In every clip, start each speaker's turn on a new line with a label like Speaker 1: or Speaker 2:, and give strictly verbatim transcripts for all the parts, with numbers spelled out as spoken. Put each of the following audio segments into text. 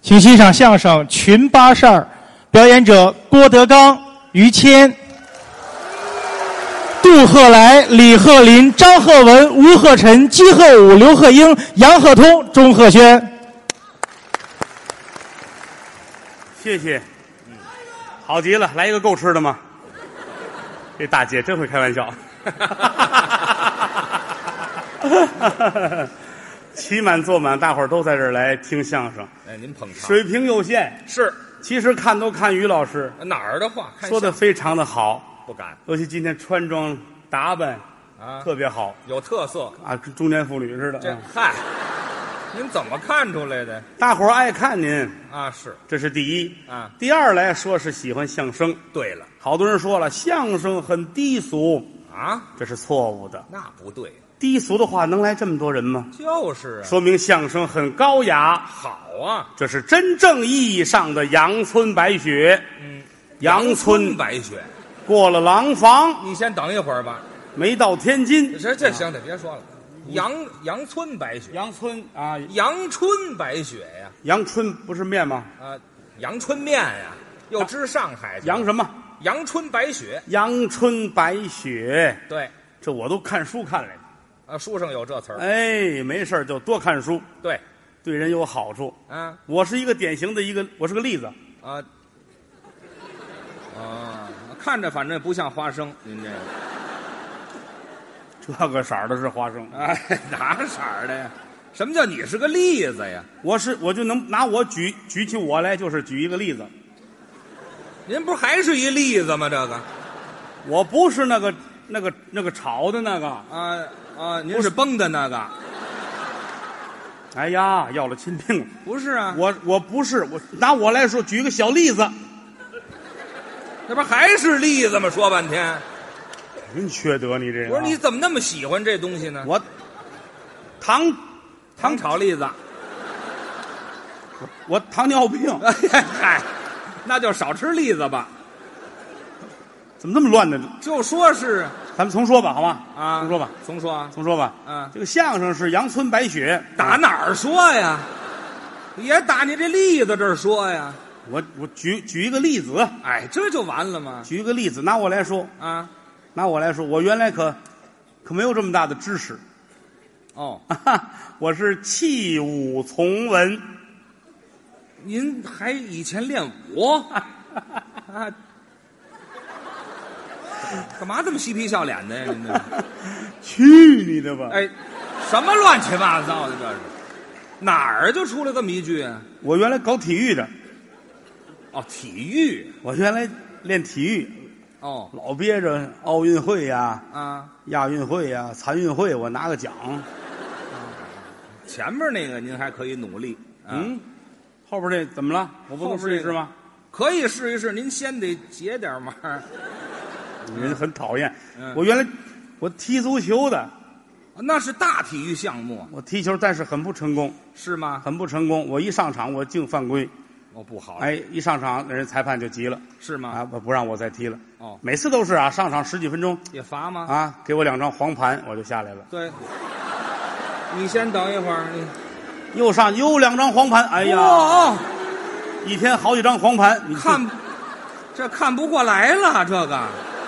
Speaker 1: 请欣赏相声《群八扇儿》，表演者郭德纲、于谦、杜鹤来、李鹤林、张鹤文、吴鹤臣、姬鹤武、刘鹤英、杨鹤通、钟鹤轩。
Speaker 2: 谢谢，嗯，好极了，来一个够吃的吗？这大姐真会开玩笑。骑满坐满，大伙儿都在这儿来听相声。
Speaker 3: 哎，您捧场，
Speaker 2: 水平有限，
Speaker 3: 是，
Speaker 2: 其实看都看于老师
Speaker 3: 哪儿的话
Speaker 2: 说的非常的好，
Speaker 3: 不敢，
Speaker 2: 尤其今天穿装打扮
Speaker 3: 啊，
Speaker 2: 特别好，
Speaker 3: 有特色
Speaker 2: 啊，跟中年妇女似的。
Speaker 3: 这
Speaker 2: 啊
Speaker 3: 嗨，您怎么看出来的
Speaker 2: 大伙儿爱看您，
Speaker 3: 啊？是
Speaker 2: 这是第一
Speaker 3: 啊。
Speaker 2: 第二来说是喜欢相声。
Speaker 3: 对了
Speaker 2: 好多人说了相声很低俗，
Speaker 3: 啊，
Speaker 2: 这是错误的。
Speaker 3: 那不对，
Speaker 2: 低俗的话能来这么多人吗？
Speaker 3: 就是啊，
Speaker 2: 说明相声很高雅，
Speaker 3: 好啊，
Speaker 2: 这是真正意义上的阳春白雪。
Speaker 3: 嗯，
Speaker 2: 阳春
Speaker 3: 白雪，
Speaker 2: 过了廊坊，
Speaker 3: 你先等一会儿吧。
Speaker 2: 没到天津。
Speaker 3: 这这行了，别说了。阳阳春白雪，
Speaker 2: 阳春啊，
Speaker 3: 阳春白雪呀，
Speaker 2: 阳春不是面吗？
Speaker 3: 啊，阳春面呀，又知上海去了
Speaker 2: 阳什么？
Speaker 3: 阳春白雪，
Speaker 2: 阳春白雪，
Speaker 3: 对，
Speaker 2: 这我都看书看来的。
Speaker 3: 啊，书上有这词儿。
Speaker 2: 哎，没事儿就多看书，
Speaker 3: 对，
Speaker 2: 对人有好处。
Speaker 3: 啊
Speaker 2: 我是一个典型的一个，我是个例子。
Speaker 3: 啊啊，看着反正不像花生，您这个。
Speaker 2: 这个色儿的是花生，
Speaker 3: 哎，哪色儿的呀？什么叫你是个例子呀？
Speaker 2: 我是我就能拿我举举起我来，就是举一个例子。
Speaker 3: 您不是还是一例子吗？这个
Speaker 2: 我不是那个那个那个炒的那个。
Speaker 3: 啊啊，您是崩的那个？
Speaker 2: 哎呀，要了亲病了。
Speaker 3: 不是啊，
Speaker 2: 我我不是我拿我来说，举一个小例子。
Speaker 3: 那不还是例子吗？说半天，
Speaker 2: 真缺德，你这人、啊。
Speaker 3: 不是你怎么那么喜欢这东西呢？
Speaker 2: 我糖
Speaker 3: 糖炒栗子，
Speaker 2: 我糖尿病，
Speaker 3: 哎嗨，那就少吃栗子吧。
Speaker 2: 怎么那么乱呢？
Speaker 3: 就说是
Speaker 2: 咱们重说吧，好吗？
Speaker 3: 啊，
Speaker 2: 重说吧，
Speaker 3: 重说啊，
Speaker 2: 重说吧。
Speaker 3: 嗯，
Speaker 2: 这个相声是阳春白雪，
Speaker 3: 打哪儿说呀？也打你这例子这儿说呀？
Speaker 2: 我我举举一个例子，
Speaker 3: 哎，这就完了吗？
Speaker 2: 举一个例子，拿我来说，
Speaker 3: 啊，
Speaker 2: 拿我来说，我原来可可没有这么大的知识，
Speaker 3: 哦，
Speaker 2: 我是弃武从文。
Speaker 3: 您还以前练武啊？干嘛这么嬉皮笑脸的呀？您这，
Speaker 2: 去你的吧！
Speaker 3: 哎，什么乱七八糟的这是？哪儿就出来这么一句啊？
Speaker 2: 我原来搞体育的，
Speaker 3: 哦，体育
Speaker 2: 我原来练体育，
Speaker 3: 哦
Speaker 2: 老憋着奥运会呀、
Speaker 3: 啊，
Speaker 2: 亚运会呀、残运会，我拿个奖。
Speaker 3: 前面那个您还可以努力，啊、
Speaker 2: 嗯，后边这怎么了？我不能试一试吗？
Speaker 3: 可以试一试，您先得结点嘛。
Speaker 2: 人很讨厌。
Speaker 3: 嗯
Speaker 2: 我原来我踢足球的，
Speaker 3: 那是大体育项目，
Speaker 2: 我踢球，但是很不成功，
Speaker 3: 是吗？
Speaker 2: 很不成功。我一上场，我净犯规。
Speaker 3: 哦，不好，
Speaker 2: 哎，一上场，那人裁判就急了，
Speaker 3: 是吗？
Speaker 2: 啊，不不让我再踢了。
Speaker 3: 哦，
Speaker 2: 每次都是啊，上场十几分钟
Speaker 3: 也罚吗？
Speaker 2: 啊，给我两张黄盘，我就下来了。
Speaker 3: 对，你先等一会儿，你
Speaker 2: 又上又两张黄盘，哎呀，
Speaker 3: 哦，
Speaker 2: 一天好几张黄盘，你
Speaker 3: 看，这看不过来了，这个。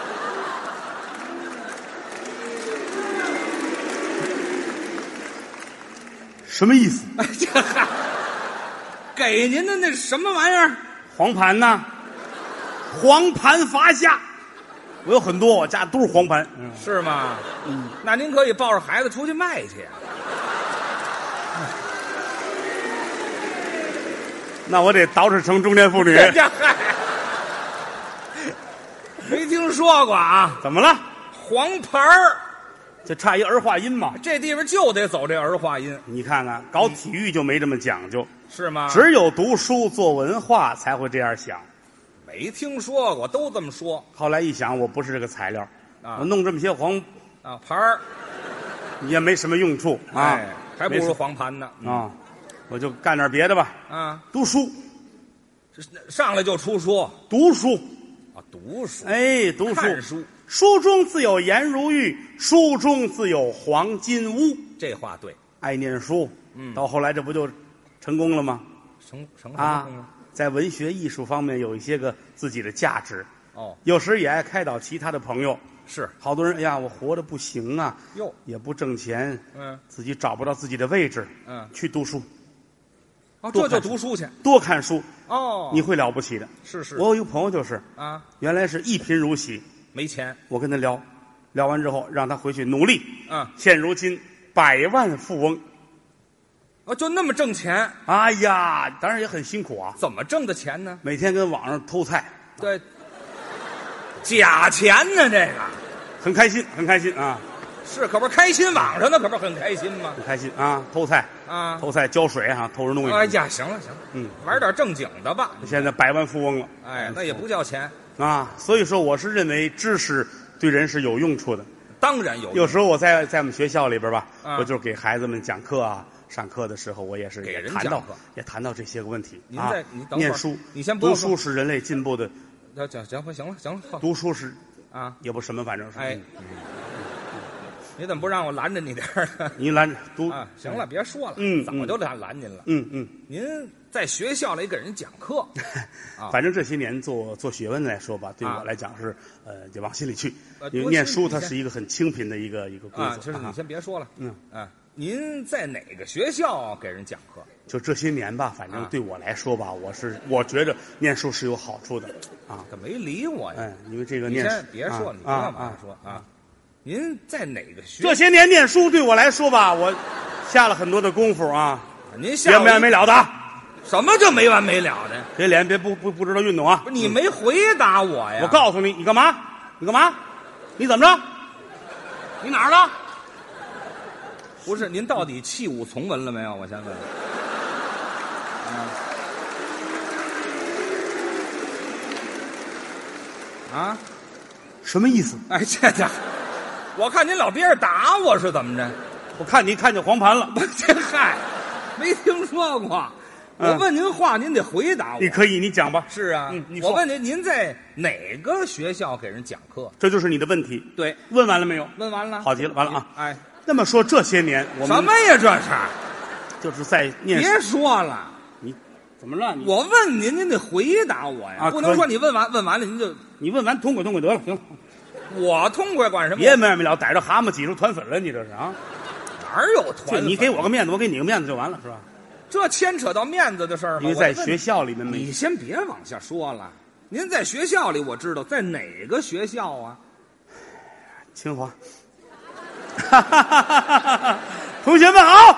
Speaker 2: 什么意思？
Speaker 3: 哎，这嗨，给您的那什么玩意儿？
Speaker 2: 黄盘呐，黄盘罚下。我有很多，我家都是黄盘。嗯，
Speaker 3: 是吗？嗯，那您可以抱着孩子出去卖去。
Speaker 2: 那我得捯饬成中年妇女。
Speaker 3: 这嗨，没听说过啊？
Speaker 2: 怎么了？
Speaker 3: 黄牌儿，
Speaker 2: 就差一儿化音嘛。
Speaker 3: 这地方就得走这儿化音，
Speaker 2: 你看看，搞体育就没这么讲究，
Speaker 3: 是吗？
Speaker 2: 只有读书做文化才会这样想。
Speaker 3: 没听说过，都这么说
Speaker 2: 后来一想，我不是这个材料，
Speaker 3: 啊
Speaker 2: 我弄这么些黄
Speaker 3: 啊。牌儿
Speaker 2: 也没什么用处啊，
Speaker 3: 哎，还不如黄盘呢
Speaker 2: 啊，我就干点别的吧。
Speaker 3: 啊！
Speaker 2: 读书，
Speaker 3: 这上来就出书
Speaker 2: 读书，
Speaker 3: 啊，读书，
Speaker 2: 哎，读书，
Speaker 3: 看书，
Speaker 2: 书中自有颜如玉，书中自有黄金屋。
Speaker 3: 这话对，
Speaker 2: 爱念书，
Speaker 3: 嗯
Speaker 2: 到后来这不就成功了吗？
Speaker 3: 成成什么
Speaker 2: 啊
Speaker 3: 功夫？
Speaker 2: 在文学艺术方面有一些个自己的价值，
Speaker 3: 哦，
Speaker 2: 有时也爱开导其他的朋友。
Speaker 3: 是
Speaker 2: 好多人，哎呀，我活得不行啊，
Speaker 3: 哟，
Speaker 2: 也不挣钱，
Speaker 3: 嗯
Speaker 2: 自己找不到自己的位置，
Speaker 3: 嗯，
Speaker 2: 去读书，
Speaker 3: 哦，这就
Speaker 2: 多看
Speaker 3: 读书去。
Speaker 2: 多看书，
Speaker 3: 哦，
Speaker 2: 你会了不起的。
Speaker 3: 是是，
Speaker 2: 我有一个朋友就是，
Speaker 3: 啊，
Speaker 2: 原来是一贫如洗，
Speaker 3: 没钱，
Speaker 2: 我跟他聊，聊完之后让他回去努力，
Speaker 3: 嗯，
Speaker 2: 现如今百万富翁。
Speaker 3: 哦，就那么挣钱，
Speaker 2: 哎呀，当然也很辛苦啊，
Speaker 3: 怎么挣的钱呢？
Speaker 2: 每天跟网上偷菜，
Speaker 3: 对，假钱呢，这个
Speaker 2: 很开心，很开心啊，
Speaker 3: 是可不是开心网上的，可不是很开心吗？
Speaker 2: 很开心啊，偷菜，
Speaker 3: 啊，
Speaker 2: 偷菜浇水啊，偷人东西。
Speaker 3: 哎呀，行了行了，
Speaker 2: 嗯，
Speaker 3: 玩点正经的吧。
Speaker 2: 现在百万富翁了，
Speaker 3: 哎，那也不叫钱，
Speaker 2: 啊，所以说我是认为知识对人是有用处的。
Speaker 3: 当然有用。
Speaker 2: 有时候我在在我们学校里边吧，
Speaker 3: 啊
Speaker 2: 我就给孩子们讲课啊。上课的时候，我也是
Speaker 3: 给
Speaker 2: 也谈到
Speaker 3: 人讲课
Speaker 2: 也谈到这些个问题。
Speaker 3: 您
Speaker 2: 啊
Speaker 3: 再你等会儿
Speaker 2: 念书，
Speaker 3: 你先不要
Speaker 2: 读
Speaker 3: 说
Speaker 2: 书是人类进步的，
Speaker 3: 那行行行了行了，好
Speaker 2: 读书是
Speaker 3: 啊，
Speaker 2: 也不什么，反正是。
Speaker 3: 哎
Speaker 2: 嗯
Speaker 3: 你怎么不让我拦着你点儿呢？
Speaker 2: 你拦着读
Speaker 3: 啊，行了，别说了，
Speaker 2: 嗯
Speaker 3: 早就拦拦您了。
Speaker 2: 嗯嗯，
Speaker 3: 您在学校里给人讲课，啊
Speaker 2: 反正这些年做做学问来说吧，对
Speaker 3: 啊
Speaker 2: 我来讲是呃，就往心里去
Speaker 3: 呃。
Speaker 2: 因为念书
Speaker 3: 多心里先
Speaker 2: 它是一个很清贫的一个一个规
Speaker 3: 啊，
Speaker 2: 则。
Speaker 3: 就是你先别说了，
Speaker 2: 嗯
Speaker 3: 啊，您在哪个学校给人讲课？
Speaker 2: 就这些年吧，反正
Speaker 3: 啊
Speaker 2: 对我来说吧，我是我觉着念书是有好处的啊。
Speaker 3: 可没理我呀。
Speaker 2: 哎，因为这个
Speaker 3: 你
Speaker 2: 念书
Speaker 3: 先别说，你别
Speaker 2: 啊
Speaker 3: 干嘛
Speaker 2: 啊
Speaker 3: 说啊？您在哪个学？
Speaker 2: 这些年念书对我来说吧，我下了很多的功夫啊，别
Speaker 3: 您下
Speaker 2: 没完没了的啊，
Speaker 3: 什么就没完没了的？
Speaker 2: 别脸别不不不知道运动啊
Speaker 3: 不！是你没回答我呀？
Speaker 2: 我告诉你，你干嘛？你干嘛？你怎么着？你哪儿了？
Speaker 3: 不是，您到底弃武从文了没有？我先问。啊啊！
Speaker 2: 什么意思？
Speaker 3: 哎，这这，我看您老憋着打我是怎么着？
Speaker 2: 我看你看见黄盘了，
Speaker 3: 这嗨，没听说过。
Speaker 2: 嗯
Speaker 3: 我问您话，您得回答我。
Speaker 2: 你可以，你讲吧。
Speaker 3: 是啊，
Speaker 2: 嗯你说
Speaker 3: 我问您，您在哪个学校给人讲课？
Speaker 2: 这就是你的问题。
Speaker 3: 对，
Speaker 2: 问完了没有？
Speaker 3: 问完了。
Speaker 2: 好极了，完了啊！
Speaker 3: 哎，
Speaker 2: 那么说这些年我们
Speaker 3: 什么呀？这是？
Speaker 2: 就是在念书，
Speaker 3: 别说了，
Speaker 2: 你怎么了？你
Speaker 3: 我问您，您得回答我呀，
Speaker 2: 啊
Speaker 3: 不能
Speaker 2: 可以
Speaker 3: 说你问完问完了您就
Speaker 2: 你问完痛快痛快得了，行，
Speaker 3: 我痛快管什么？
Speaker 2: 别没完没了，逮着蛤蟆挤出团粉了，你这是啊？
Speaker 3: 哪儿有团粉？
Speaker 2: 这你给我个面子，我给你个面子就完了，是吧？
Speaker 3: 这牵扯到面子的事儿吗？
Speaker 2: 因为在
Speaker 3: 我问
Speaker 2: 学校里面没
Speaker 3: 你先别往下说了。您在学校里，我知道在哪个学校啊？
Speaker 2: 清华，同学们好，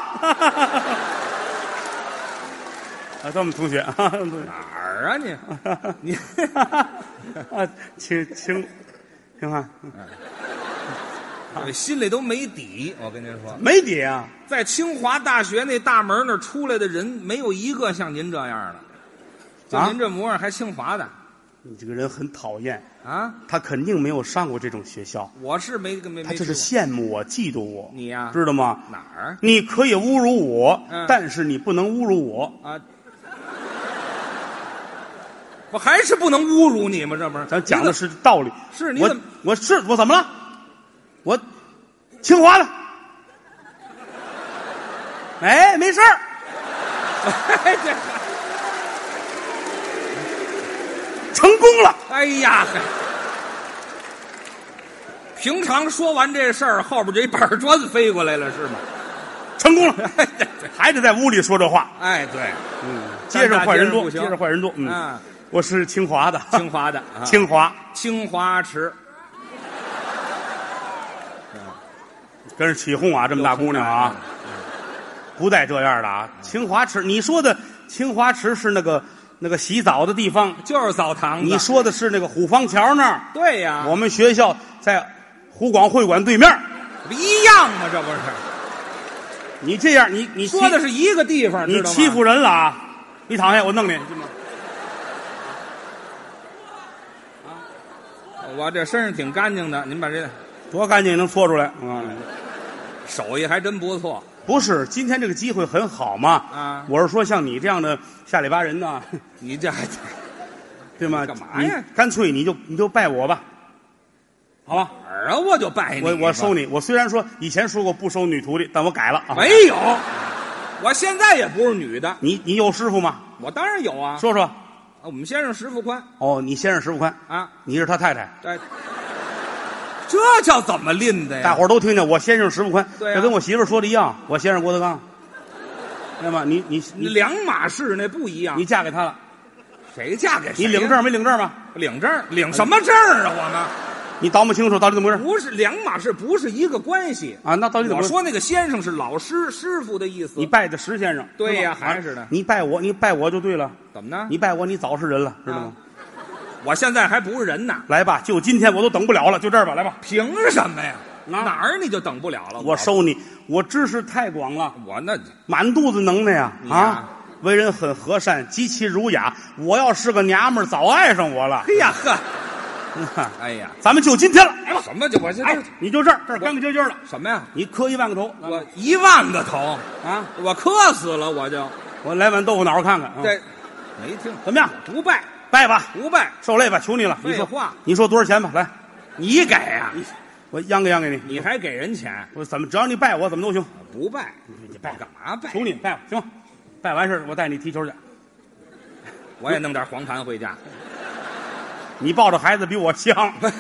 Speaker 2: 啊，这我们同学啊，
Speaker 3: 哪儿啊你？你
Speaker 2: 啊，清清清华，
Speaker 3: 我心里都没底。我跟您说，
Speaker 2: 没底啊，
Speaker 3: 在清华大学那大门那儿出来的人，没有一个像您这样的。就
Speaker 2: 啊
Speaker 3: 您这模样，还清华的
Speaker 2: 你这个人很讨厌，
Speaker 3: 啊？
Speaker 2: 他肯定没有上过这种学校，
Speaker 3: 我是没没
Speaker 2: 他就是
Speaker 3: 没去过
Speaker 2: 羡慕我、嫉妒我，
Speaker 3: 你呀
Speaker 2: 知道吗？
Speaker 3: 哪儿
Speaker 2: 你可以侮辱我，
Speaker 3: 嗯
Speaker 2: 但是你不能侮辱我。
Speaker 3: 啊？我还是不能侮辱你吗？这不是
Speaker 2: 咱讲的是道理。我
Speaker 3: 是你怎么
Speaker 2: 我是我怎么了？我清华的。哎，没事儿，
Speaker 3: 哎这
Speaker 2: 成功了。
Speaker 3: 哎呀，嗨平常说完这事儿，后边这一板砖飞过来了是吗？
Speaker 2: 成功了，还得在屋里说这话。
Speaker 3: 哎，对，
Speaker 2: 嗯，接着坏人多，
Speaker 3: 不行
Speaker 2: 接着坏人多。嗯，
Speaker 3: 啊，
Speaker 2: 我是清华的，
Speaker 3: 清华的，啊
Speaker 2: 清华
Speaker 3: 清华池，
Speaker 2: 跟人起哄啊，这么大姑娘啊，不带这样的啊。清华池，你说的清华池是那个那个洗澡的地方，
Speaker 3: 就是澡堂子。
Speaker 2: 你说的是那个虎坊桥那儿。
Speaker 3: 对呀，
Speaker 2: 我们学校在湖广会馆对面。
Speaker 3: 不一样吗？这不是
Speaker 2: 你这样，你你
Speaker 3: 说的是一个地方，
Speaker 2: 你
Speaker 3: 知道吗
Speaker 2: 欺负人了啊！你躺下，我弄你，行吗？
Speaker 3: 我这身上挺干净的，您把这
Speaker 2: 多干净，能搓出来啊！
Speaker 3: 手艺还真不错。
Speaker 2: 不是，今天这个机会很好嘛。
Speaker 3: 啊
Speaker 2: 我是说，像你这样的下里巴人呢，
Speaker 3: 你这还
Speaker 2: 对吗？
Speaker 3: 干嘛呀
Speaker 2: 你干脆你就你就拜我吧，好吧？
Speaker 3: 哪儿啊？我就拜你吧，
Speaker 2: 我我收你。我虽然说以前说过不收女徒弟，但我改了啊。
Speaker 3: 没有，我现在也不是女的。
Speaker 2: 你你有师傅吗？
Speaker 3: 我当然有啊。
Speaker 2: 说说。
Speaker 3: 我们先生石富宽。
Speaker 2: 哦，你先生石富宽
Speaker 3: 啊，
Speaker 2: 你是他太太。
Speaker 3: 这这叫怎么拎的呀？
Speaker 2: 大伙儿都听见，我先生石富宽，
Speaker 3: 对啊，
Speaker 2: 这跟我媳妇说的一样。我先生郭德纲，那么你你你
Speaker 3: 两码事，那不一样。
Speaker 2: 你嫁给他了，
Speaker 3: 谁嫁给谁？
Speaker 2: 你领证没领证吗？
Speaker 3: 领证，领什么证啊？我们。
Speaker 2: 你倒不清楚到底怎么回事？
Speaker 3: 不是两码事，不是一个关系
Speaker 2: 啊！那到底怎么回事？
Speaker 3: 我说那个先生是老师师傅的意思。
Speaker 2: 你拜的石先生。
Speaker 3: 对呀，还是的。
Speaker 2: 你拜我，你拜我就对了。
Speaker 3: 怎么呢？
Speaker 2: 你拜我，你早是人了，知道吗？
Speaker 3: 我现在还不是人呢。
Speaker 2: 来吧，就今天我都等不了了，就这儿吧，来吧。
Speaker 3: 凭什么呀？哪儿你就等不了了？
Speaker 2: 我收你，我知识太广了，
Speaker 3: 我那
Speaker 2: 满肚子能耐呀！啊，为人很和善，极其儒雅。我要是个娘们儿，早爱上我了。
Speaker 3: 哎呀呵！哎呀，
Speaker 2: 咱们就今天了。哎
Speaker 3: 什么就我这？
Speaker 2: 哎，你就这儿，这儿干干净净的。
Speaker 3: 什么呀？
Speaker 2: 你磕一万个头，
Speaker 3: 我一万个头
Speaker 2: 啊！
Speaker 3: 我磕死了，我就
Speaker 2: 我来碗豆腐脑看看。
Speaker 3: 这没听
Speaker 2: 怎么样？
Speaker 3: 不拜，
Speaker 2: 拜吧，
Speaker 3: 不拜，
Speaker 2: 受累吧，求你了。
Speaker 3: 废话，
Speaker 2: 你说多少钱吧？来，
Speaker 3: 你给呀？
Speaker 2: 我央给央给你，
Speaker 3: 你还给人钱？
Speaker 2: 我怎么只要你拜我，怎么都行。
Speaker 3: 不拜，
Speaker 2: 你拜
Speaker 3: 干嘛拜？
Speaker 2: 求你拜吧，行。拜完事我带你踢球去。
Speaker 3: 我也弄点黄盘回家。
Speaker 2: 你抱着孩子比我香。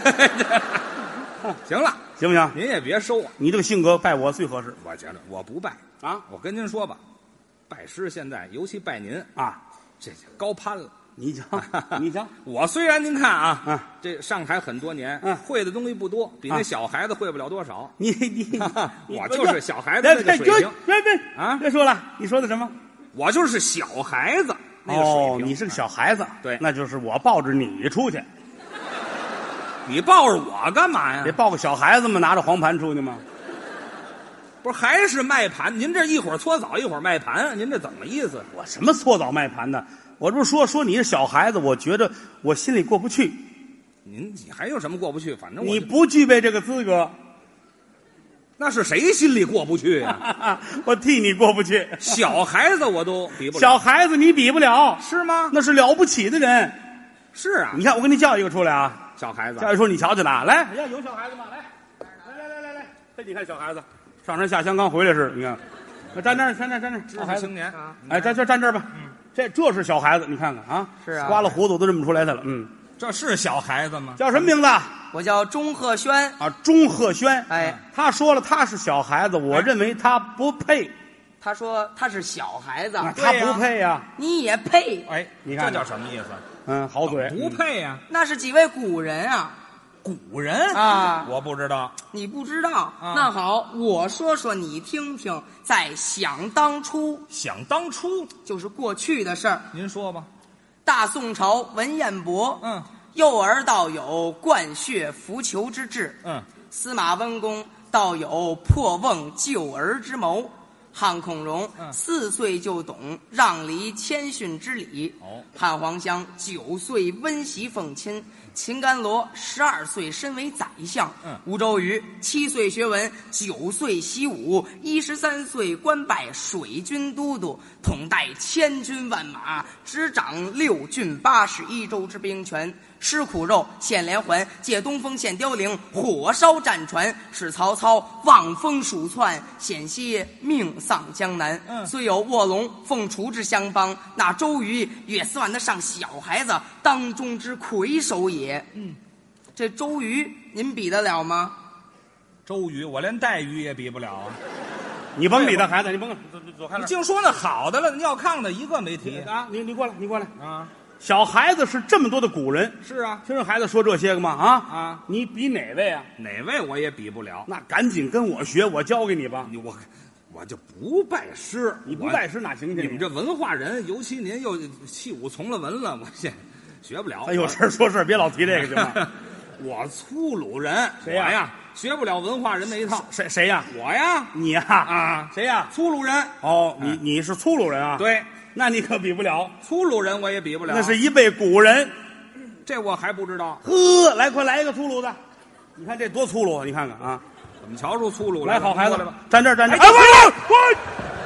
Speaker 3: 行了，
Speaker 2: 行不行？
Speaker 3: 您也别收啊，
Speaker 2: 你这个性格拜我最合适。
Speaker 3: 我觉得我不拜
Speaker 2: 啊，
Speaker 3: 我跟您说吧，拜师现在尤其拜您
Speaker 2: 啊，
Speaker 3: 这就高攀了。
Speaker 2: 你讲，你讲，
Speaker 3: 我虽然您看啊，
Speaker 2: 嗯，
Speaker 3: 这上台很多年，
Speaker 2: 嗯，
Speaker 3: 会的东西不多，比那小孩子会不了多少。
Speaker 2: 你你，
Speaker 3: 我就是小孩子那个水平。
Speaker 2: 别别
Speaker 3: 啊，
Speaker 2: 别说了，你说的什么？
Speaker 3: 我就是小孩子那个水平。
Speaker 2: 哦，你是个小孩子，
Speaker 3: 对，
Speaker 2: 那就是我抱着你出去。
Speaker 3: 你抱着我干嘛呀？
Speaker 2: 得抱个小孩子嘛，拿着黄盘出去吗？
Speaker 3: 不是，还是卖盘？您这一会儿搓澡，一会儿卖盘，您这怎么意思？
Speaker 2: 我什么搓澡卖盘的？我这不是说说你是小孩子，我觉得我心里过不去。
Speaker 3: 您你还有什么过不去？反正我
Speaker 2: 你不具备这个资格。
Speaker 3: 那是谁心里过不去呀？
Speaker 2: 我替你过不去。
Speaker 3: 小孩子我都比不了。
Speaker 2: 小孩子你比不了，
Speaker 3: 是吗？
Speaker 2: 那是了不起的人。
Speaker 3: 是啊，
Speaker 2: 你看我给你叫一个出来啊。
Speaker 3: 小孩子，
Speaker 2: 教育说：“你瞧瞧呢，来，呀，有小孩子吗？来，来来来来来，这你看小孩子上山下乡刚回来似的，你看，站那儿，站那儿，站那儿，
Speaker 3: 知识青年啊，
Speaker 2: 哎，站这站这儿吧，嗯，这这是小孩子，你看看啊，
Speaker 4: 是啊，
Speaker 2: 刮了胡子都认不出来他了，嗯，
Speaker 3: 这是小孩子吗？
Speaker 2: 叫什么名字？
Speaker 4: 我叫钟鹤轩
Speaker 2: 啊，钟鹤轩。
Speaker 4: 哎，
Speaker 2: 他说了他是小孩子，我认为他不配。
Speaker 4: 他说他是小孩子，
Speaker 2: 他不配呀，
Speaker 4: 你也配？
Speaker 3: 哎，
Speaker 2: 你看
Speaker 3: 这叫什么意思？
Speaker 2: 嗯，好嘴，
Speaker 3: 不配呀。
Speaker 4: 那是几位古人啊。”
Speaker 3: 古人
Speaker 4: 啊，
Speaker 3: 我不知道，
Speaker 4: 你不知道、
Speaker 3: 啊。
Speaker 4: 那好，我说说你听听。在想当初，
Speaker 3: 想当初
Speaker 4: 就是过去的事儿。
Speaker 3: 您说吧。
Speaker 4: 大宋朝文彦博，
Speaker 3: 嗯，
Speaker 4: 幼儿道有灌血扶裘之志，
Speaker 3: 嗯，
Speaker 4: 司马温公道有破瓮救儿之谋。汉孔融、嗯、四岁就懂让梨谦逊之礼。
Speaker 3: 哦，
Speaker 4: 汉黄香九岁温习奉亲。秦甘罗十二岁身为宰相，
Speaker 3: 嗯，
Speaker 4: 吴周瑜七岁学文，九岁习武，一十三岁官拜水军都督，统带千军万马，执掌六郡八十一州之兵权。吃苦肉，献连环，借东风献凋零，火烧战船，使曹操望风鼠窜，险些命丧江南。
Speaker 3: 嗯，
Speaker 4: 虽有卧龙凤雏之相帮，那周瑜也算得上小孩子当中之魁首也。
Speaker 3: 嗯，
Speaker 4: 这周瑜您比得了吗？
Speaker 3: 周瑜，我连带鱼也比不了啊！
Speaker 2: 你甭理他孩子，你甭走走开了。
Speaker 3: 你净说那好的了，尿炕的一个没提
Speaker 2: 啊！你你过来，你过来
Speaker 3: 啊！
Speaker 2: 小孩子是这么多的古人，
Speaker 3: 是啊，
Speaker 2: 听着孩子说这些个吗？啊
Speaker 3: 啊！
Speaker 2: 你比哪位啊？
Speaker 3: 哪位我也比不了。
Speaker 2: 那赶紧跟我学，我教给你吧。
Speaker 3: 你我我就不拜师，
Speaker 2: 你不拜师哪行去？
Speaker 3: 你们这文化人，尤其您又弃武从了文了，我现学不了。
Speaker 2: 哎，有事说事，别老提这个行吗？
Speaker 3: 我粗鲁人，
Speaker 2: 谁呀？
Speaker 3: 呀，学不了文化人那一套。
Speaker 2: 谁谁呀？
Speaker 3: 我呀，
Speaker 2: 你呀
Speaker 3: 啊？
Speaker 2: 谁呀？
Speaker 3: 粗鲁人。
Speaker 2: 哦，你你是粗鲁人啊？
Speaker 3: 对。
Speaker 2: 那你可比不了，
Speaker 3: 粗鲁人我也比不了，
Speaker 2: 那是一辈古人，
Speaker 3: 这我还不知道。
Speaker 2: 呵，来，快来一个粗鲁的，你看这多粗鲁，你看看啊，
Speaker 3: 怎么瞧出粗鲁
Speaker 2: 来？
Speaker 3: 来，
Speaker 2: 好孩子
Speaker 3: 来吧，
Speaker 2: 站这儿，站这儿。
Speaker 3: 哎，
Speaker 2: 滚滚！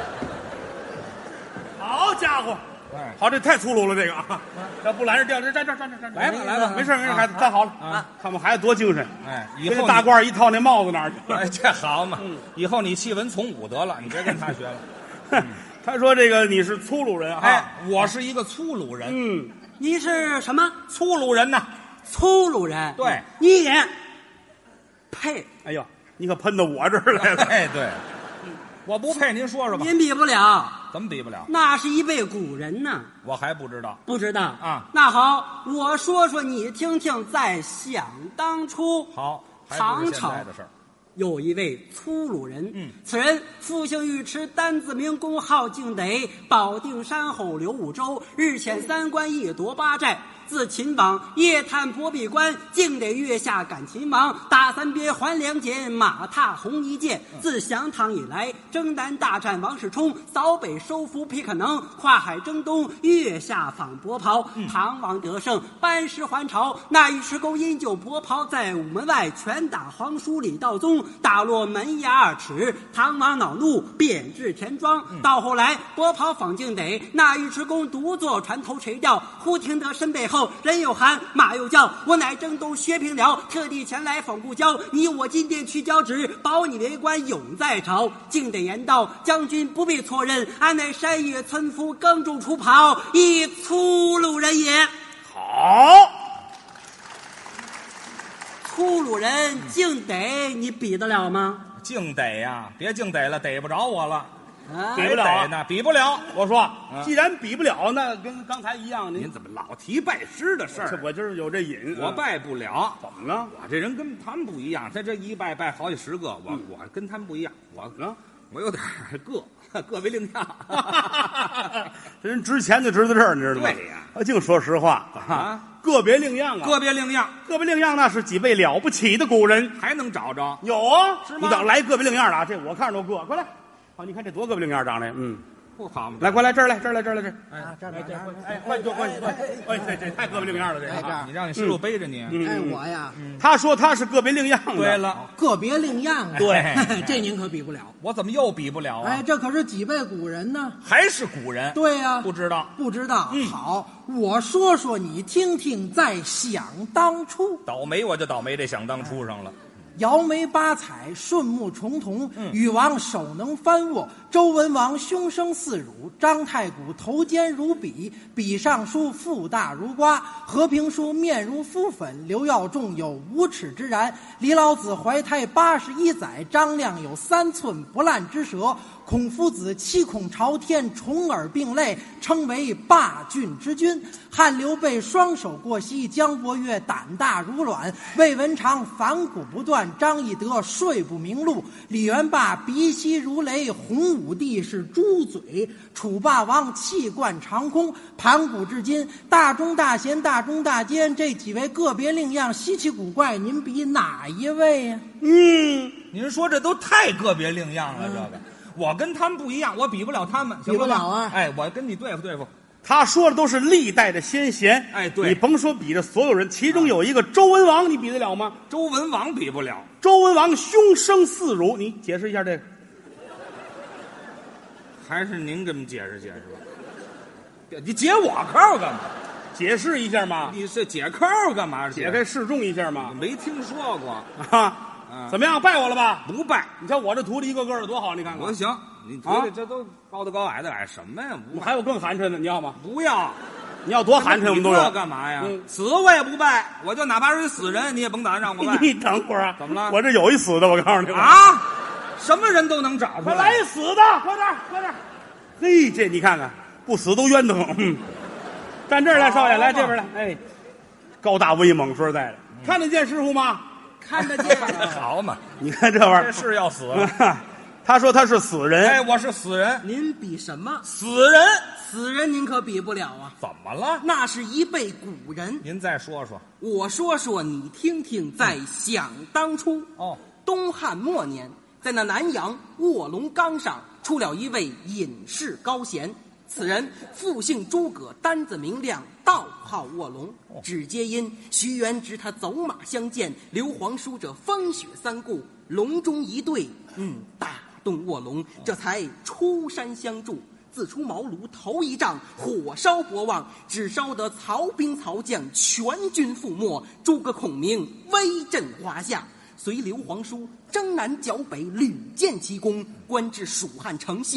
Speaker 2: 好家伙，好，这太粗鲁了，这个啊，这不拦着掉，这站这儿，站这儿，站这儿，
Speaker 3: 来吧，来吧，
Speaker 2: 没事没事，孩子站好了啊，看我们孩子多精神，
Speaker 3: 哎，以后
Speaker 2: 大褂一套，那帽子哪儿去？
Speaker 3: 哎，这好嘛，以后你弃文从武得了，你别跟他学了。
Speaker 2: 他说这个你是粗鲁人啊，
Speaker 3: 哎，我是一个粗鲁人。
Speaker 2: 嗯，
Speaker 5: 你是什么
Speaker 3: 粗鲁人呐？
Speaker 5: 粗鲁人？
Speaker 3: 对，
Speaker 5: 你也配？
Speaker 2: 哎呦，你可喷到我这儿来了。
Speaker 3: 哎，对，我不配，您说说吧。
Speaker 5: 您比不了，
Speaker 3: 怎么比不了？
Speaker 5: 那是一位古人呢。
Speaker 3: 我还不知道。
Speaker 5: 不知道
Speaker 3: 啊？
Speaker 5: 那好，我说说你听听。在想当初，
Speaker 3: 好，还不是现
Speaker 5: 唐朝
Speaker 3: 在的事儿。
Speaker 5: 有一位粗鲁人，
Speaker 3: 嗯，
Speaker 5: 此人复姓尉迟，单字名公，号敬得，保定山后刘武州，日遣三关，夜夺八寨。自秦王，夜探破壁关，竟得月下赶秦王，打三别还两简，马踏红衣剑。自降唐以来，征南大战王世充，扫北收服皮可能，跨海征东，月下访伯袍。唐王得胜，班师还朝。那尉迟恭因救伯袍，在午门外拳打皇叔李道宗，打落门牙二尺。唐王恼怒，贬至田庄。到后来，伯袍访敬得，那尉迟恭独坐船头垂钓，忽听得身背后人有喊，马又叫，我乃征东薛平辽，特地前来访故交。你我今殿去交旨，保你为官永在朝。敬得言道：将军不必错认，俺乃山野村夫，耕种除庖，一粗鲁人也。
Speaker 2: 好，
Speaker 5: 粗鲁人敬得，你比得了吗？
Speaker 3: 净逮呀，别净逮了，逮不着我了。
Speaker 5: 啊，
Speaker 2: 比不了啊
Speaker 3: 还逮呢，比不了。
Speaker 2: 我说，既然比不了，那跟刚才一样，
Speaker 3: 您怎么老提拜师的事
Speaker 2: 这
Speaker 3: 儿？
Speaker 2: 我就是有这瘾。
Speaker 3: 我拜不了。
Speaker 2: 怎么了？
Speaker 3: 我这人跟他们不一样，他这一拜拜好几十个，我、我跟他们不一样，我
Speaker 2: 啊，
Speaker 3: 我有点个个别另样。
Speaker 2: 这人值钱就值在这儿，你知道吗？
Speaker 3: 对呀
Speaker 2: 他净说实话
Speaker 3: 啊，
Speaker 2: 个别另样啊，
Speaker 3: 个别另样，
Speaker 2: 个别另样那是几位了不起的古人。
Speaker 3: 还能找着？
Speaker 2: 有啊，
Speaker 3: 是吗
Speaker 2: 你等来个别另样的啊，这我看着都个，快来，好，你看这多个别另样长的，嗯，
Speaker 3: 不好吗？
Speaker 2: 来，快来这儿来，这儿来，这儿来，这儿，
Speaker 3: 哎，
Speaker 5: 这儿这儿
Speaker 2: 哎，换就换换，哎，这这太个别另样了，这个啊。
Speaker 3: 你让你师傅背着你。
Speaker 2: 嗯
Speaker 5: 哎，我呀，
Speaker 2: 他说他是个别另样的。
Speaker 3: 对了，
Speaker 5: 个别另样啊。
Speaker 3: 对
Speaker 5: 这您可比不了。
Speaker 3: 我怎么又比不了啊？
Speaker 5: 哎，这可是几位古人呢。
Speaker 3: 还是古人。
Speaker 5: 对呀、
Speaker 3: 不知道。
Speaker 5: 不知道。
Speaker 3: 嗯
Speaker 5: 好，我说说你听听，在想当初。
Speaker 3: 倒霉我就倒霉这想当初上了。
Speaker 5: 摇眉八彩，顺目重瞳。
Speaker 3: 嗯
Speaker 5: 禹王手能翻握，周文王胸生似乳，张太古头尖如笔，笔上书腹大如瓜，和平书面如敷粉，刘耀仲有五尺之然，李老子怀胎八十一载，张亮有三寸不烂之舌，孔夫子七孔朝天，重耳并类，称为霸郡之君。汉刘备双手过膝，姜伯约胆大如卵，魏文长反骨不断，张翼德睡不明路，李元霸鼻息如雷，洪武帝是猪嘴，楚霸王气贯长空。盘古至今，大忠大贤大忠大奸这几位个别另样稀奇古怪，您比哪一位呀、
Speaker 3: 嗯，您说这都太个别另样了，这个我跟他们不一样，我比不了他们，行
Speaker 5: 比不
Speaker 3: 吗
Speaker 5: 了啊
Speaker 3: 哎，我跟你对付对付。
Speaker 2: 他说的都是历代的先贤。
Speaker 3: 哎对
Speaker 2: 你甭说比着所有人，其中有一个周文王，你比得了吗？
Speaker 3: 周文王比不了。
Speaker 2: 周文王胸生似乳，你解释一下这个。
Speaker 3: 还是您给我们解释解释吧。你解我扣干嘛？
Speaker 2: 解释一下嘛，
Speaker 3: 你是解扣干嘛？
Speaker 2: 解开示众一下嘛。
Speaker 3: 没听说过。
Speaker 2: 啊，
Speaker 3: 嗯
Speaker 2: 怎么样，拜我了吧？
Speaker 3: 不拜，
Speaker 2: 你瞧我这徒弟一个个的多好，你看看。
Speaker 3: 我行。你觉
Speaker 2: 啊
Speaker 3: 得这都高的高矮的矮什么呀？不
Speaker 2: 还有更寒碜的，你要吗？
Speaker 3: 不要。
Speaker 2: 你要多寒碜，我们都
Speaker 3: 你这
Speaker 2: 有。
Speaker 3: 干嘛呀？
Speaker 2: 嗯
Speaker 3: 死我也不拜，我就哪怕是一死人，你也甭打算让我拜。
Speaker 2: 你等会儿啊，
Speaker 3: 怎么了
Speaker 2: 我这有一死的，我告诉你吧。
Speaker 3: 啊！什么人都能找出
Speaker 2: 快
Speaker 3: 来。
Speaker 2: 来一死的，快点，快点！嘿，这你看看，不死都冤得很。嗯，站这儿来，少爷，来这边来。哎，高大威猛，说实在的，看得见师傅吗？
Speaker 5: 看得见。
Speaker 3: 好嘛，
Speaker 2: 你看这玩意
Speaker 3: 这
Speaker 2: 儿，
Speaker 3: 是要死了。
Speaker 2: 他说他是死人。
Speaker 3: 哎，我是死人，
Speaker 5: 您比什么？
Speaker 3: 死人
Speaker 5: 死人您可比不了啊，
Speaker 3: 怎么了？
Speaker 5: 那是一辈古人。
Speaker 3: 您再说说。
Speaker 5: 我说说你听听，在想当初。
Speaker 3: 哦，
Speaker 5: 东汉末年，在那南阳卧龙岗上出了一位隐士高贤，此人复姓诸葛，单字名亮，道号卧龙。只皆因徐元直他走马相见，刘皇叔者风雪三顾，隆中一对，嗯，打动卧龙，这才出山相助。自出茅庐头一丈，火烧博望，只烧得曹兵曹将全军覆没，诸葛孔明威震华夏。随刘皇叔征南剿北，屡建奇功，官至蜀汉丞相，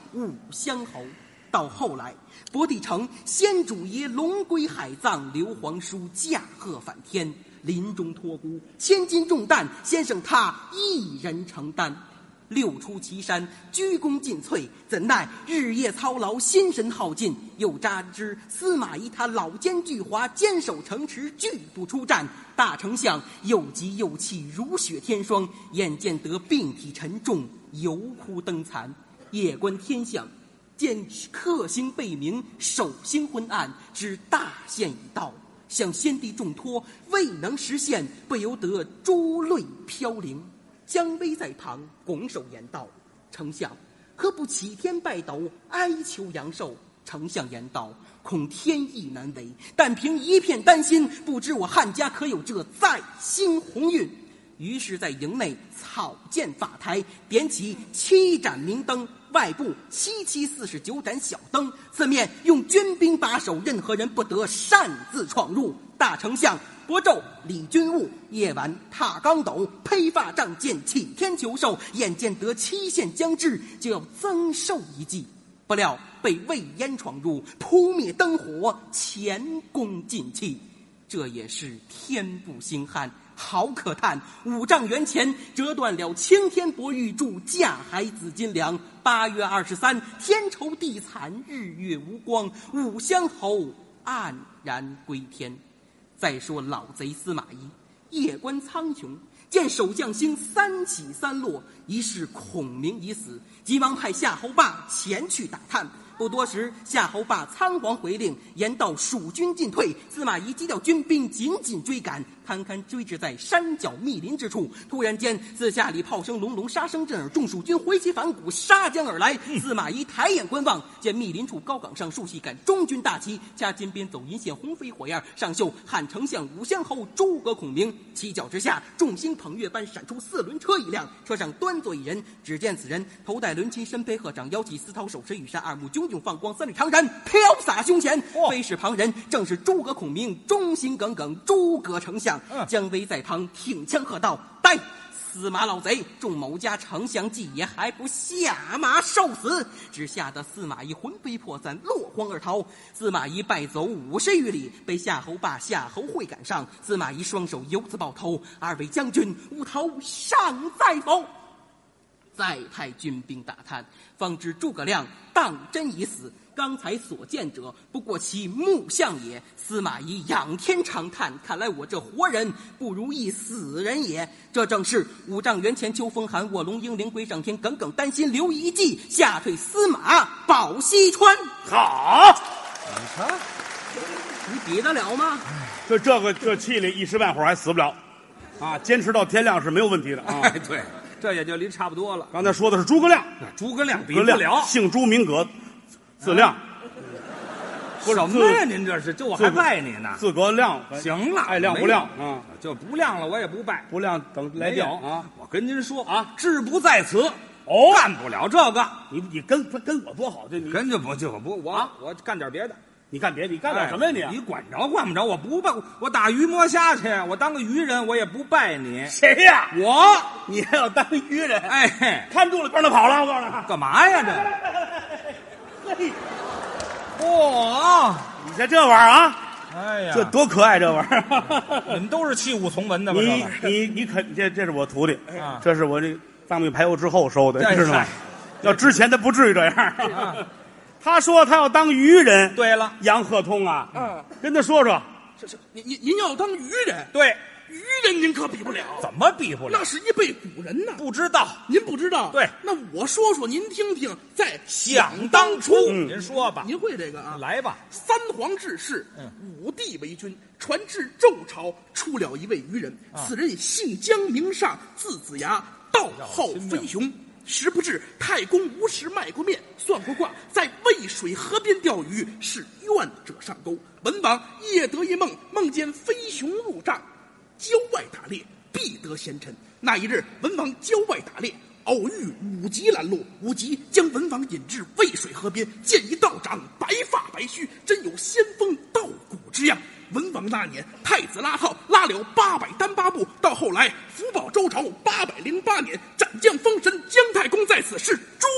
Speaker 4: 武乡侯。到后来，博帝城先主爷龙归海葬，刘皇叔驾鹤返天，临终托孤，千斤重担先生他一人承担。六出祁山，鞠躬尽瘁，怎奈日夜操劳，心神耗尽。又扎知司马懿他老奸巨猾，坚守城池，拒不出战。大丞相又急又气，如雪天霜，眼见得病体沉重，犹哭登残。夜观天象，见克星背明，守星昏暗，知大限已到。向先帝重托，未能实现，不由得珠泪飘零。姜维在旁拱手言道：“丞相，何不起天拜斗，哀求阳寿？”丞相言道：“恐天意难违，但凭一片丹心，不知我汉家可有这再兴鸿运。”于是，在营内草建法台，点起七盏明灯，外部七七四十九盏小灯，四面用军兵把守，任何人不得擅自闯入。大丞相博胄李军务，夜晚踏钢斗，披发仗剑，启天求寿。眼见得期限将至，就要增寿一计，不料被魏延闯入，扑灭灯火，前功尽弃。这也是天不兴汉，好可叹！五丈原前折断了青天博玉柱，架海紫金梁。八月二十三，天愁地惨，日月无光，武乡侯黯然归天。再说老贼司马懿，夜观苍穹，见守将星三起三落，疑是孔明已死，急忙派夏侯霸前去打探。不多时，夏侯霸仓皇回令，言道蜀军进退。司马懿急调军兵紧紧追赶，堪堪追至在山脚密林之处。突然间，四下里炮声隆隆，杀声震耳，众蜀军挥旗反鼓，杀将而来。嗯、司马懿抬眼观望，见密林处高岗上竖起杆中军大旗，加金边走银线，红飞火焰，上绣汉丞相武乡侯诸葛孔明。旗脚之下，众星捧月般闪出四轮车一辆，车上端坐一人。只见此人头戴轮旗，身背鹤掌，腰系丝绦，手持羽扇，二目炯炯放光，三缕长髯飘洒胸前，哦、非是旁人，正是诸葛孔明，忠心耿耿诸葛丞相。嗯、姜维在旁挺枪喝道：“待！司马老贼，众某家丞相计也，还不下马受死！”只吓得司马懿魂飞魄散，落荒而逃。司马懿败走五十余里，被夏侯霸、夏侯会赶上。司马懿双手游子抱头：“二位将军，吾头尚在否？”再派军兵打探，方知诸葛亮当真已死。刚才所见者，不过其木像也。司马懿仰天长叹：“看来我这活人不如一死人也。”这正是五丈原前秋风寒，卧龙鹰灵归上天。耿耿担心留一计，吓退司马保西川。
Speaker 2: 好，
Speaker 3: 你看，
Speaker 4: 你比得了吗？
Speaker 2: 这这个这气力一时半会儿还死不了，啊，坚持到天亮是没有问题的啊。
Speaker 3: 哎，对，这也就离差不多了。
Speaker 2: 刚才说的是诸葛亮，
Speaker 3: 诸葛亮比不了，
Speaker 2: 姓朱名葛，字亮。
Speaker 3: 不是什么呀？您这是，这我还拜你呢。
Speaker 2: 自个亮，
Speaker 3: 行了，
Speaker 2: 爱亮不亮啊？
Speaker 3: 就不亮了，我也不拜。
Speaker 2: 不亮等来电啊！
Speaker 3: 我跟您说啊，志不在此，哦，干不了这个。
Speaker 2: 你你跟跟我多好，这你
Speaker 3: 跟着不就不我、啊、我干点别的。
Speaker 2: 你干别的，你干点什么呀你？
Speaker 3: 哎、你管着管不着，我不拜，我打鱼摸虾去，我当个渔人，我也不拜你。
Speaker 2: 谁呀？
Speaker 3: 我，
Speaker 2: 你还要当渔人？
Speaker 3: 哎，
Speaker 2: 看住了，边儿跑了，我告诉你。
Speaker 3: 干嘛呀这？嘿。哇、哦！
Speaker 2: 你看这玩意儿啊，
Speaker 3: 哎呀，
Speaker 2: 这多可爱这玩意儿！
Speaker 3: 你们都是器物从文的吧？
Speaker 2: 你你你肯这这是我徒弟，
Speaker 3: 啊、
Speaker 2: 这是我这当兵排油之后收的，知道吗？要之前他不至于这样。啊、他说他要当渔人。
Speaker 3: 对了，
Speaker 2: 杨鹤通啊，嗯，跟他说说，
Speaker 6: 这是您您您要当渔人？
Speaker 3: 对。
Speaker 6: 渔人您可比不了，
Speaker 3: 怎么比不了？
Speaker 6: 那是一辈古人呐，
Speaker 3: 不知道，
Speaker 6: 您不知道？
Speaker 3: 对，
Speaker 6: 那我说说您听听。在
Speaker 3: 想当初，嗯、您说吧，
Speaker 6: 您会这个啊？
Speaker 3: 来吧。
Speaker 6: 三皇治世，
Speaker 3: 嗯，
Speaker 6: 武帝为君，传至周朝，出了一位渔人，啊、此人姓姜名尚，字子牙，道号飞熊。时不至，太公无时卖过面，算过卦，在渭水河边钓鱼，是愿者上钩。文王夜得一梦，梦见飞熊入帐。郊外打猎，必得贤臣。那一日，文王郊外打猎，偶遇武吉拦路。武吉将文王引至渭水河边，见一道长，白发白须，真有仙风道骨之样。文王那年，太子拉套拉了八百单八部，到后来福保周朝八百零八年，斩将封神，姜太公在此是诸神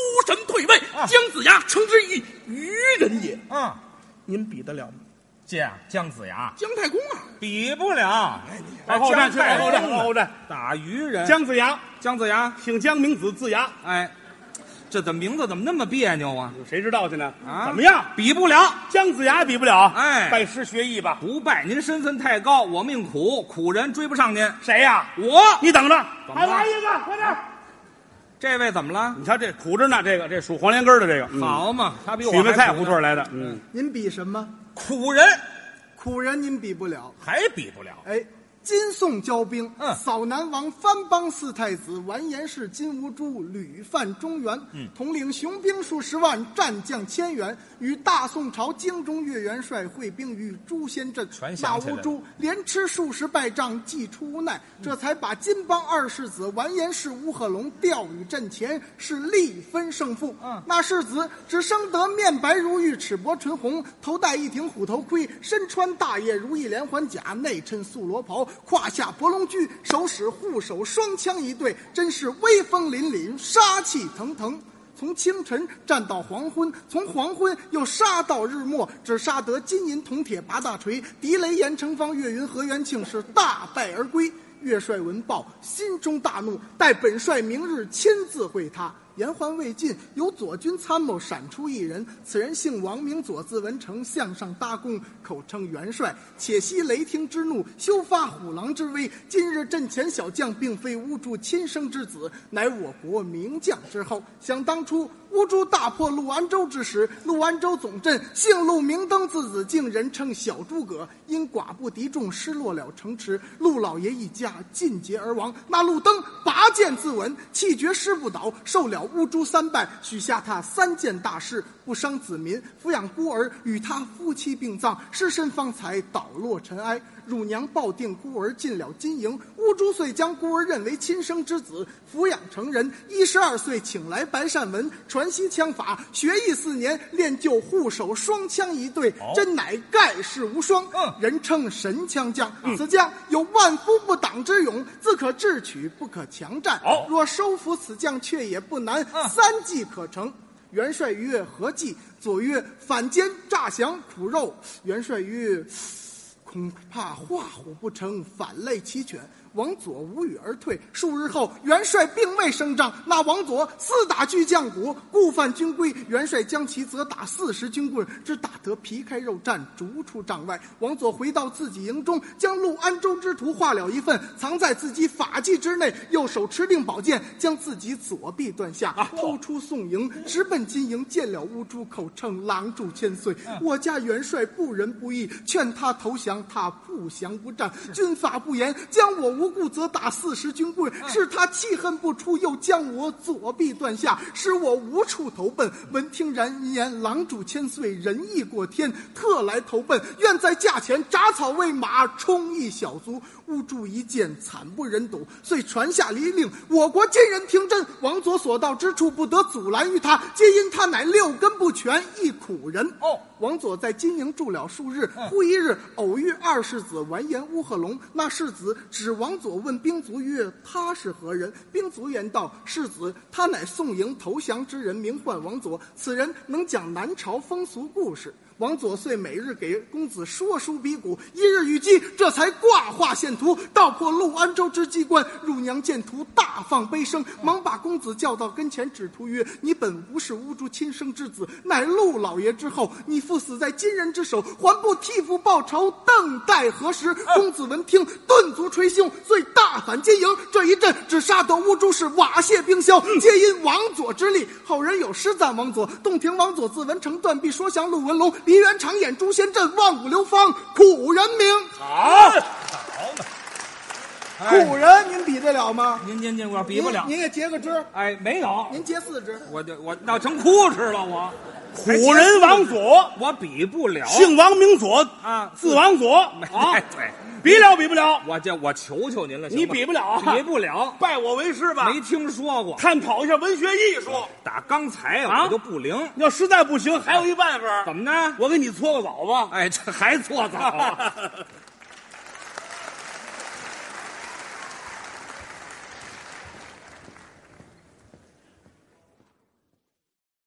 Speaker 6: 退位。
Speaker 3: 啊
Speaker 6: 姜子牙称之以愚人也。
Speaker 3: 嗯，
Speaker 6: 您比得了吗？
Speaker 3: 这姜子牙
Speaker 6: 姜太公啊，
Speaker 3: 比不了。
Speaker 2: 往后站去，
Speaker 3: 姜太
Speaker 2: 往后站，
Speaker 3: 公
Speaker 2: 往后站。
Speaker 3: 打渔人。
Speaker 2: 姜子牙，
Speaker 3: 姜子牙，
Speaker 2: 姓姜，名子，字牙。
Speaker 3: 哎，这怎么名字怎么那么别扭啊？
Speaker 2: 谁知道去呢？
Speaker 3: 啊，
Speaker 2: 怎么样？
Speaker 3: 比不了。
Speaker 2: 姜子牙比不了。
Speaker 3: 哎
Speaker 2: 拜师学艺吧。
Speaker 3: 不拜，您身份太高，我命苦，苦人追不上您。
Speaker 2: 谁呀？
Speaker 3: 我，
Speaker 2: 你等着，
Speaker 3: 怎么了
Speaker 2: 还来一个，快点！
Speaker 3: 这位怎么了？
Speaker 2: 你瞧这苦着呢，这个这属黄连根的这个，嗯
Speaker 3: 好嘛，他比我
Speaker 2: 许梅菜
Speaker 3: 还苦呢
Speaker 2: 胡同来的，嗯，
Speaker 7: 您比什么？
Speaker 3: 苦人
Speaker 7: 苦人您比不了。
Speaker 3: 还比不了。
Speaker 7: 哎，金宋交兵，
Speaker 3: 嗯
Speaker 7: 扫南王藩邦四太子完颜氏金兀术屡犯中原，
Speaker 3: 嗯
Speaker 7: 统领雄兵数十万，战将千员，与大宋朝京中岳元帅会兵于诛仙阵。
Speaker 3: 全
Speaker 7: 那
Speaker 3: 想起来了
Speaker 7: 兀术连吃数十败仗，既出无奈，这才把金邦二世子完颜氏乌鹤龙调于阵前，是力分胜负。
Speaker 3: 嗯
Speaker 7: 那世子只生得面白如玉，齿薄唇红，头戴一顶虎头盔，身穿大叶如意连环甲，内衬素罗袍，胯下博龙驹，手使护手双枪一对，真是威风凛凛，杀气腾腾。从清晨战到黄昏，从黄昏又杀到日没，只杀得金银铜铁八大锤，狄雷严成方岳云何元庆是大败而归。岳帅闻报，心中大怒，待本帅明日亲自会他。言还未尽，由左军参谋闪出一人，此人姓王，名左，字文成，向上搭弓，口称元帅。且息雷霆之怒，休发虎狼之威。今日阵前小将，并非乌珠亲生之子，乃我国名将之后。想当初乌珠大破陆安州之时，陆安州总镇姓陆，名登，字子敬，人称小诸葛。因寡不敌众，失落了城池，陆老爷一家尽竭而亡。那陆登拔剑自刎，气绝师不倒，受了乌珠三拜，许下他三件大事：不伤子民，抚养孤儿，与他夫妻并葬，尸身方才倒落尘埃。乳娘抱定孤儿进了金营，乌珠遂将孤儿认为亲生之子，抚养成人。一十二岁请来白善文，传习枪法，学艺四年，练就护手双枪一对，
Speaker 3: 哦
Speaker 7: 真乃盖世无双。
Speaker 3: 嗯
Speaker 7: 人称神枪将。此将有万夫不挡之勇，自可智取，不可强战。
Speaker 3: 哦
Speaker 7: 若收服此将，却也不难，
Speaker 3: 嗯
Speaker 7: 三计可成。元帅曰：何计？左曰：反间诈降苦肉。元帅曰：恐怕画虎不成，反类其犬。王佐无语而退。数日后，元帅并未升帐，那王佐四打巨将鼓，故犯军规。元帅将其责打四十军棍，只打得皮开肉绽，逐出帐外。王佐回到自己营中，将陆安州之图画了一份，藏在自己法器之内，右手持令宝剑，将自己左臂断下，偷出宋营，直奔金营，见了乌珠，口称狼主千岁。我家元帅不仁不义，劝他投降，他不降不战，军法不严，将我无故责打四十军棍，是他气恨不出，又将我左臂断下，使我无处投奔。闻听然言，狼主千岁仁义过天，特来投奔，愿在驾前铡草为马，充一小卒。乌珠一见惨不忍睹，遂传下离令，我国今人听真，王佐所到之处不得阻拦于他，皆因他乃六根不全，一苦人。
Speaker 3: 哦，
Speaker 7: 王佐在金营住了数日，忽一日偶遇二世子完颜乌鹤龙。那世子指王佐问兵卒曰：他是何人？兵卒言道：世子，他乃宋营投降之人，名唤王佐，此人能讲南朝风俗故事。王佐遂每日给公子说书比古，一日遇机，这才挂画献图，道破陆安州之机关。乳娘见图，大放悲声，忙把公子叫到跟前，指图曰：你本无是乌珠亲生之子，乃陆老爷之后，你父死在金人之手，还不替父报仇，等待何时？公子闻听，顿足捶胸，遂大反金营。这一阵只杀得乌珠是瓦屑冰消，皆因王佐之力。后人有诗赞王佐：洞庭王佐自文成，断臂说降陆文龙，梨园长演诛仙阵，望古流芳苦人名。
Speaker 3: 好，好嘛。
Speaker 7: 苦人您比得了吗？
Speaker 3: 您您您，我比不了。
Speaker 7: 您您也结个支，
Speaker 3: 哎，没有，
Speaker 7: 您结四支。
Speaker 3: 我就我闹成哭哧了，我
Speaker 2: 苦人王佐，
Speaker 3: 我比不了。
Speaker 2: 姓王名佐
Speaker 3: 啊，
Speaker 2: 字王佐啊，
Speaker 3: 对，
Speaker 2: 比了比不了，
Speaker 3: 我这我求求您了，
Speaker 2: 你比不了啊，
Speaker 3: 比不了，
Speaker 2: 拜我为师吧。
Speaker 3: 没听说过，
Speaker 2: 探讨一下文学艺术。
Speaker 3: 打刚才
Speaker 2: 啊
Speaker 3: 我就不灵。
Speaker 2: 要实在不行，还有一办法，
Speaker 3: 怎么呢？
Speaker 2: 我给你搓个澡吧。
Speaker 3: 哎，这还搓澡啊？